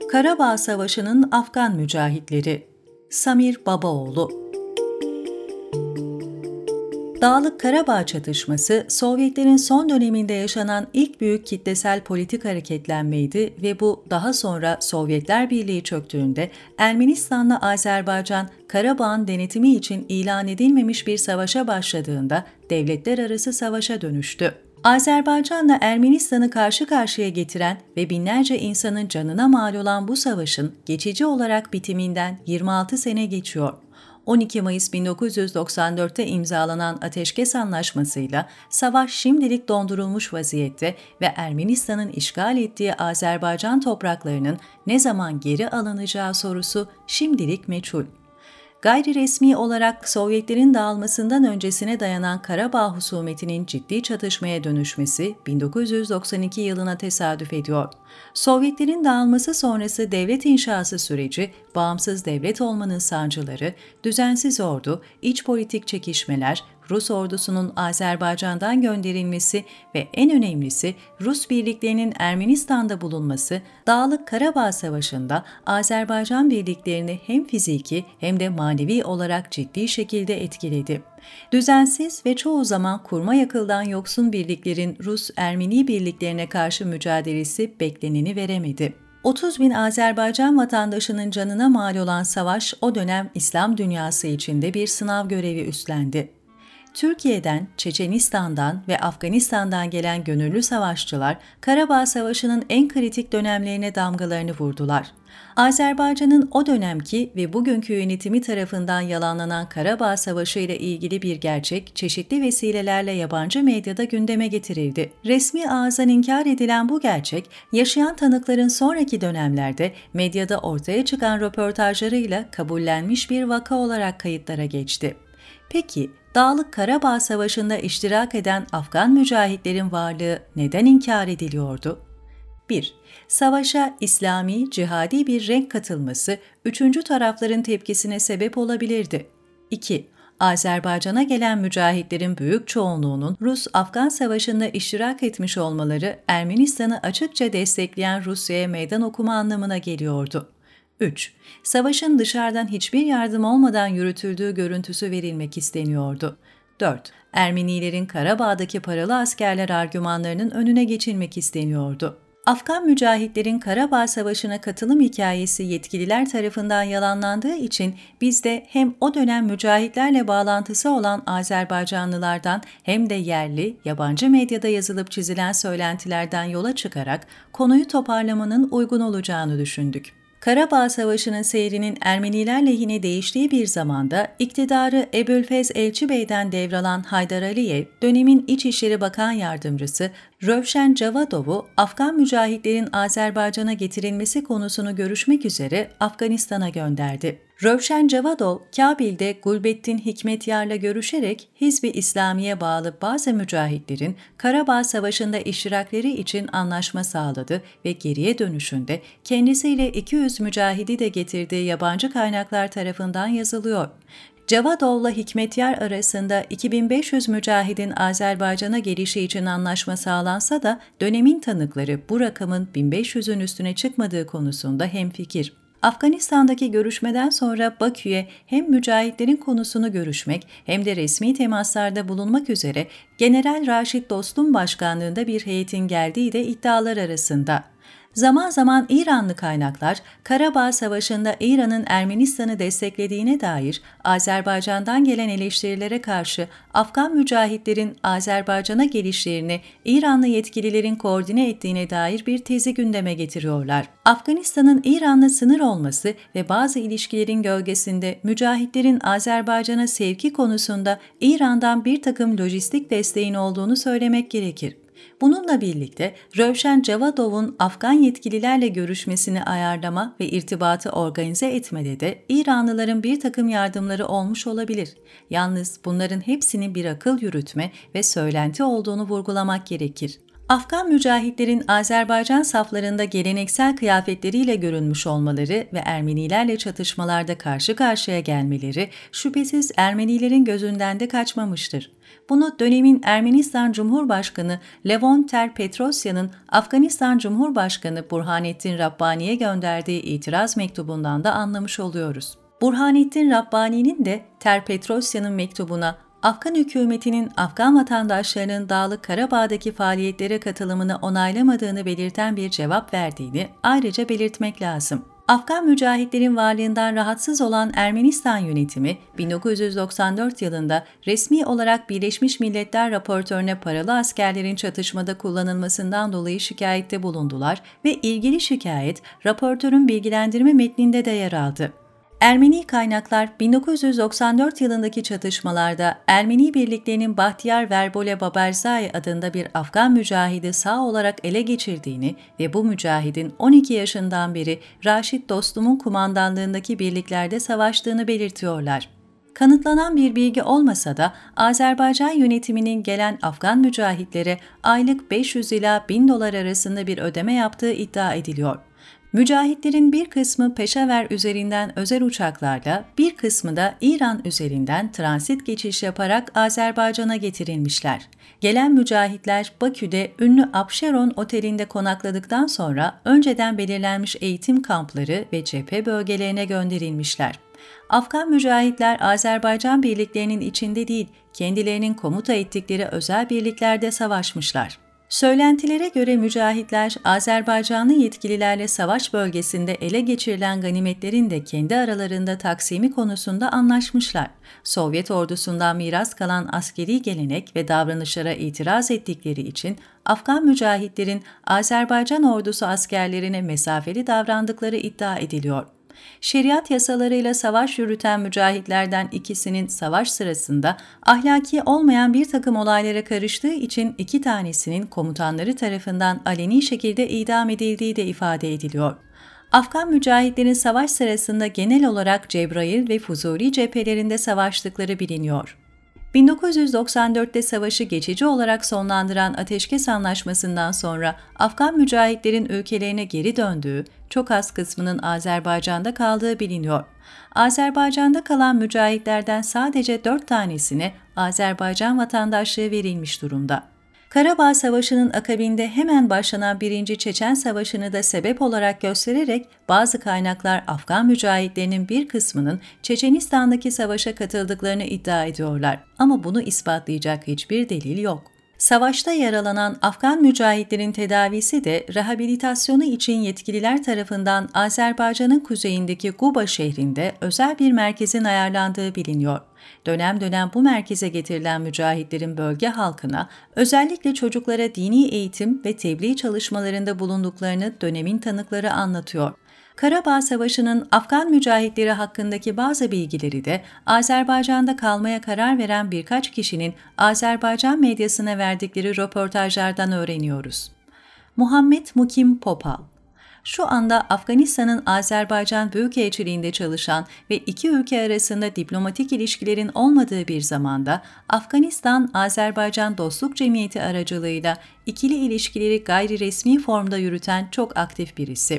Karabağ Savaşı'nın Afgan mücahitleri. Samir Babaoğlu. Dağlık Karabağ çatışması, Sovyetlerin son döneminde yaşanan ilk büyük kitlesel politik hareketlenmeydi ve bu daha sonra Sovyetler Birliği çöktüğünde Ermenistan'la Azerbaycan, Karabağ'ın denetimi için ilan edilmemiş bir savaşa başladığında devletler arası savaşa dönüştü. Azerbaycan'la Ermenistan'ı karşı karşıya getiren ve binlerce insanın canına mal olan bu savaşın geçici olarak bitiminden 26 sene geçiyor. 12 Mayıs 1994'te imzalanan Ateşkes Anlaşması'yla savaş şimdilik dondurulmuş vaziyette ve Ermenistan'ın işgal ettiği Azerbaycan topraklarının ne zaman geri alınacağı sorusu şimdilik meçhul. Gayri resmi olarak Sovyetlerin dağılmasından öncesine dayanan Karabağ husumetinin ciddi çatışmaya dönüşmesi 1992 yılına tesadüf ediyor. Sovyetlerin dağılması sonrası devlet inşası süreci, bağımsız devlet olmanın sancıları, düzensiz ordu, iç politik çekişmeler, Rus ordusunun Azerbaycan'dan gönderilmesi ve en önemlisi Rus birliklerinin Ermenistan'da bulunması, Dağlık Karabağ Savaşı'nda Azerbaycan birliklerini hem fiziki hem de manevi olarak ciddi şekilde etkiledi. Düzensiz ve çoğu zaman kurma yakıldan yoksun birliklerin Rus-Ermeni birliklerine karşı mücadelesi bekleneni veremedi. 30 bin Azerbaycan vatandaşının canına mal olan savaş o dönem İslam dünyası içinde bir sınav görevi üstlendi. Türkiye'den, Çeçenistan'dan ve Afganistan'dan gelen gönüllü savaşçılar Karabağ Savaşı'nın en kritik dönemlerine damgalarını vurdular. Azerbaycan'ın o dönemki ve bugünkü yönetimi tarafından yalanlanan Karabağ Savaşı ile ilgili bir gerçek çeşitli vesilelerle yabancı medyada gündeme getirildi. Resmi ağızdan inkar edilen bu gerçek, yaşayan tanıkların sonraki dönemlerde medyada ortaya çıkan röportajlarıyla kabullenmiş bir vaka olarak kayıtlara geçti. Peki, Dağlık Karabağ Savaşı'nda iştirak eden Afgan mücahitlerin varlığı neden inkar ediliyordu? 1. Savaşa İslami, cihadi bir renk katılması, üçüncü tarafların tepkisine sebep olabilirdi. 2. Azerbaycan'a gelen mücahitlerin büyük çoğunluğunun Rus-Afgan Savaşı'nda iştirak etmiş olmaları, Ermenistan'ı açıkça destekleyen Rusya'ya meydan okuma anlamına geliyordu. 3. Savaşın dışarıdan hiçbir yardım olmadan yürütüldüğü görüntüsü verilmek isteniyordu. 4. Ermenilerin Karabağ'daki paralı askerler argümanlarının önüne geçilmek isteniyordu. Afgan mücahitlerin Karabağ Savaşı'na katılım hikayesi yetkililer tarafından yalanlandığı için biz de hem o dönem mücahitlerle bağlantısı olan Azerbaycanlılardan hem de yerli, yabancı medyada yazılıp çizilen söylentilerden yola çıkarak konuyu toparlamanın uygun olacağını düşündük. Karabağ Savaşı'nın seyrinin Ermeniler lehine değiştiği bir zamanda iktidarı Ebülfez Elçibey'den devralan Haydar Aliyev, dönemin İçişleri Bakan Yardımcısı Rövşen Cavadov'u Afgan mücahitlerin Azerbaycan'a getirilmesi konusunu görüşmek üzere Afganistan'a gönderdi. Rövşen Cavadov, Kabil'de Gulbettin Hikmetyar'la görüşerek Hizb-i İslami'ye bağlı bazı mücahitlerin Karabağ Savaşı'nda iştirakleri için anlaşma sağladı ve geriye dönüşünde kendisiyle 200 mücahidi de getirdiği yabancı kaynaklar tarafından yazılıyor. Cavadov'la Hikmetyar arasında 2500 mücahidin Azerbaycan'a gelişi için anlaşma sağlansa da dönemin tanıkları bu rakamın 1500'ün üstüne çıkmadığı konusunda hemfikir. Afganistan'daki görüşmeden sonra Bakü'ye hem mücahitlerin konusunu görüşmek hem de resmi temaslarda bulunmak üzere General Raşit Dostum başkanlığında bir heyetin geldiği de iddialar arasında. Zaman zaman İranlı kaynaklar, Karabağ Savaşı'nda İran'ın Ermenistan'ı desteklediğine dair Azerbaycan'dan gelen eleştirilere karşı Afgan mücahitlerin Azerbaycan'a gelişlerini İranlı yetkililerin koordine ettiğine dair bir tezi gündeme getiriyorlar. Afganistan'ın İran'la sınır olması ve bazı ilişkilerin gölgesinde mücahitlerin Azerbaycan'a sevki konusunda İran'dan bir takım lojistik desteğin olduğunu söylemek gerekir. Bununla birlikte Rövşen Cavadov'un Afgan yetkililerle görüşmesini ayarlama ve irtibatı organize etmede de İranlıların bir takım yardımları olmuş olabilir. Yalnız bunların hepsinin bir akıl yürütme ve söylenti olduğunu vurgulamak gerekir. Afgan mücahitlerin Azerbaycan saflarında geleneksel kıyafetleriyle görünmüş olmaları ve Ermenilerle çatışmalarda karşı karşıya gelmeleri şüphesiz Ermenilerin gözünden de kaçmamıştır. Bunu dönemin Ermenistan Cumhurbaşkanı Levon Ter-Petrosyan'ın Afganistan Cumhurbaşkanı Burhanettin Rabbani'ye gönderdiği itiraz mektubundan da anlamış oluyoruz. Burhanettin Rabbani'nin de Ter-Petrosyan'ın mektubuna Afgan hükümetinin Afgan vatandaşlarının Dağlık Karabağ'daki faaliyetlere katılımını onaylamadığını belirten bir cevap verdiğini ayrıca belirtmek lazım. Afgan mücahitlerin varlığından rahatsız olan Ermenistan yönetimi, 1994 yılında resmi olarak Birleşmiş Milletler raportörüne paralı askerlerin çatışmada kullanılmasından dolayı şikayette bulundular ve ilgili şikayet raportörün bilgilendirme metninde de yer aldı. Ermeni kaynaklar 1994 yılındaki çatışmalarda Ermeni birliklerinin Bahtiyar Verbole Babarzai adında bir Afgan mücahidi sağ olarak ele geçirdiğini ve bu mücahidin 12 yaşından beri Raşit Dostum'un kumandanlığındaki birliklerde savaştığını belirtiyorlar. Kanıtlanan bir bilgi olmasa da Azerbaycan yönetiminin gelen Afgan mücahitlere aylık 500 ila 1000 dolar arasında bir ödeme yaptığı iddia ediliyor. Mücahitlerin bir kısmı Peşaver üzerinden özel uçaklarla, bir kısmı da İran üzerinden transit geçiş yaparak Azerbaycan'a getirilmişler. Gelen mücahitler Bakü'de ünlü Abşeron Oteli'nde konakladıktan sonra önceden belirlenmiş eğitim kampları ve cephe bölgelerine gönderilmişler. Afgan mücahitler Azerbaycan birliklerinin içinde değil, kendilerinin komuta ettikleri özel birliklerde savaşmışlar. Söylentilere göre mücahitler Azerbaycanlı yetkililerle savaş bölgesinde ele geçirilen ganimetlerin de kendi aralarında taksimi konusunda anlaşmışlar. Sovyet ordusundan miras kalan askeri gelenek ve davranışlara itiraz ettikleri için Afgan mücahitlerin Azerbaycan ordusu askerlerine mesafeli davrandıkları iddia ediliyor. Şeriat yasalarıyla savaş yürüten mücahitlerden ikisinin savaş sırasında ahlaki olmayan bir takım olaylara karıştığı için 2 tanesinin komutanları tarafından aleni şekilde idam edildiği de ifade ediliyor. Afgan mücahitlerin savaş sırasında genel olarak Cebrail ve Fuzuli cephelerinde savaştıkları biliniyor. 1994'te savaşı geçici olarak sonlandıran Ateşkes Anlaşması'ndan sonra Afgan mücahitlerin ülkelerine geri döndüğü, çok az kısmının Azerbaycan'da kaldığı biliniyor. Azerbaycan'da kalan mücahitlerden sadece 4 tanesine Azerbaycan vatandaşlığı verilmiş durumda. Karabağ Savaşı'nın akabinde hemen başlanan 1. Çeçen Savaşı'nı da sebep olarak göstererek bazı kaynaklar Afgan mücahitlerinin bir kısmının Çeçenistan'daki savaşa katıldıklarını iddia ediyorlar ama bunu ispatlayacak hiçbir delil yok. Savaşta yaralanan Afgan mücahitlerin tedavisi de rehabilitasyonu için yetkililer tarafından Azerbaycan'ın kuzeyindeki Guba şehrinde özel bir merkezin ayarlandığı biliniyor. Dönem dönem bu merkeze getirilen mücahitlerin bölge halkına, özellikle çocuklara dini eğitim ve tebliğ çalışmalarında bulunduklarını dönemin tanıkları anlatıyor. Karabağ Savaşı'nın Afgan mücahitleri hakkındaki bazı bilgileri de Azerbaycan'da kalmaya karar veren birkaç kişinin Azerbaycan medyasına verdikleri röportajlardan öğreniyoruz. Muhammed Mukim Popal şu anda Afganistan'ın Azerbaycan Büyükelçiliğinde çalışan ve iki ülke arasında diplomatik ilişkilerin olmadığı bir zamanda Afganistan-Azerbaycan Dostluk Cemiyeti aracılığıyla ikili ilişkileri gayri resmi formda yürüten çok aktif birisi.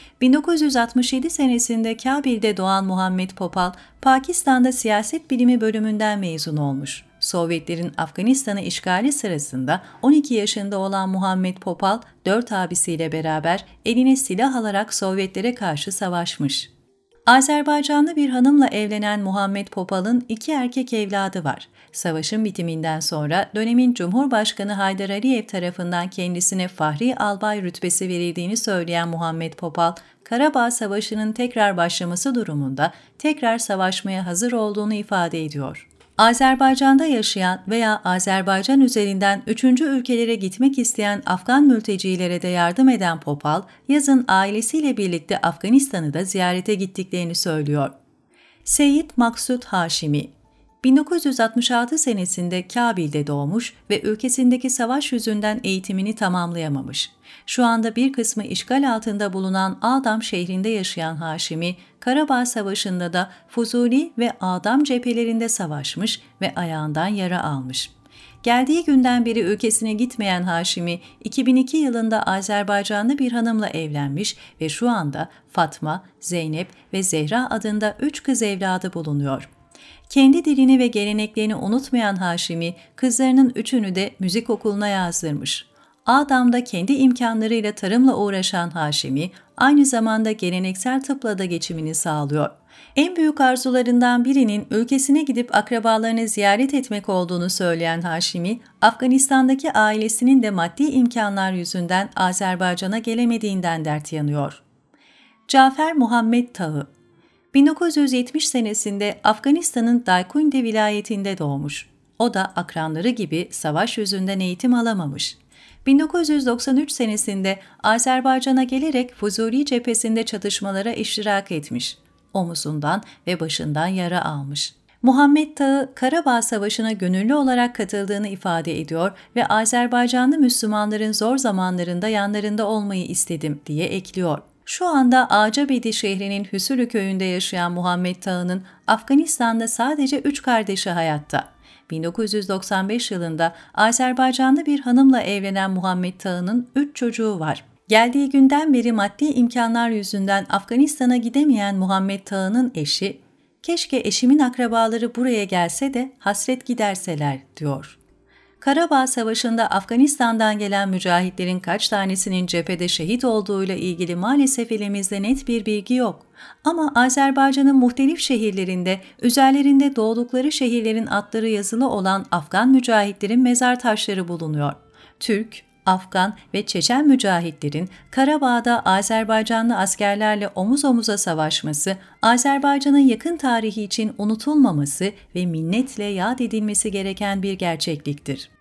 1967 senesinde Kabil'de doğan Muhammed Popal, Pakistan'da siyaset bilimi bölümünden mezun olmuş. Sovyetlerin Afganistan'ı işgali sırasında 12 yaşında olan Muhammed Popal, 4 abisiyle beraber eline silah alarak Sovyetlere karşı savaşmış. Azerbaycanlı bir hanımla evlenen Muhammed Popal'ın 2 erkek evladı var. Savaşın bitiminden sonra dönemin Cumhurbaşkanı Haydar Aliyev tarafından kendisine Fahri Albay rütbesi verildiğini söyleyen Muhammed Popal, Karabağ Savaşı'nın tekrar başlaması durumunda tekrar savaşmaya hazır olduğunu ifade ediyor. Azerbaycan'da yaşayan veya Azerbaycan üzerinden 3. ülkelere gitmek isteyen Afgan mültecilere de yardım eden Popal, yazın ailesiyle birlikte Afganistan'ı da ziyarete gittiklerini söylüyor. Seyit Maksut Haşimi 1966 senesinde Kabil'de doğmuş ve ülkesindeki savaş yüzünden eğitimini tamamlayamamış. Şu anda bir kısmı işgal altında bulunan Ağdam şehrinde yaşayan Haşimi, Karabağ Savaşı'nda da Fuzuli ve Ağdam cephelerinde savaşmış ve ayağından yara almış. Geldiği günden beri ülkesine gitmeyen Haşimi, 2002 yılında Azerbaycanlı bir hanımla evlenmiş ve şu anda Fatma, Zeynep ve Zehra adında 3 kız evladı bulunuyor. Kendi dilini ve geleneklerini unutmayan Haşimi, kızlarının üçünü de müzik okuluna yazdırmış. Ağdam'da kendi imkanlarıyla tarımla uğraşan Haşimi, aynı zamanda geleneksel tıpla da geçimini sağlıyor. En büyük arzularından birinin ülkesine gidip akrabalarını ziyaret etmek olduğunu söyleyen Haşimi, Afganistan'daki ailesinin de maddi imkanlar yüzünden Azerbaycan'a gelemediğinden dert yanıyor. Cafer Muhammed Tağı 1970 senesinde Afganistan'ın Daykundi vilayetinde doğmuş. O da akranları gibi savaş yüzünden eğitim alamamış. 1993 senesinde Azerbaycan'a gelerek Fuzuli cephesinde çatışmalara iştirak etmiş. Omuzundan ve başından yara almış. Muhammed Tağı, Karabağ Savaşı'na gönüllü olarak katıldığını ifade ediyor ve Azerbaycanlı Müslümanların zor zamanlarında yanlarında olmayı istedim diye ekliyor. Şu anda Ağcabedi şehrinin Hüsülü köyünde yaşayan Muhammed Tağı'nın Afganistan'da sadece 3 kardeşi hayatta. 1995 yılında Azerbaycanlı bir hanımla evlenen Muhammed Tağı'nın 3 çocuğu var. Geldiği günden beri maddi imkanlar yüzünden Afganistan'a gidemeyen Muhammed Tağı'nın eşi, "Keşke eşimin akrabaları buraya gelse de hasret giderseler," diyor. Karabağ Savaşı'nda Afganistan'dan gelen mücahitlerin kaç tanesinin cephede şehit olduğuyla ilgili maalesef elimizde net bir bilgi yok. Ama Azerbaycan'ın muhtelif şehirlerinde, üzerlerinde doğdukları şehirlerin adları yazılı olan Afgan mücahitlerin mezar taşları bulunuyor. Türk, Afgan ve Çeçen mücahitlerin Karabağ'da Azerbaycanlı askerlerle omuz omuza savaşması, Azerbaycan'ın yakın tarihi için unutulmaması ve minnetle yad edilmesi gereken bir gerçekliktir.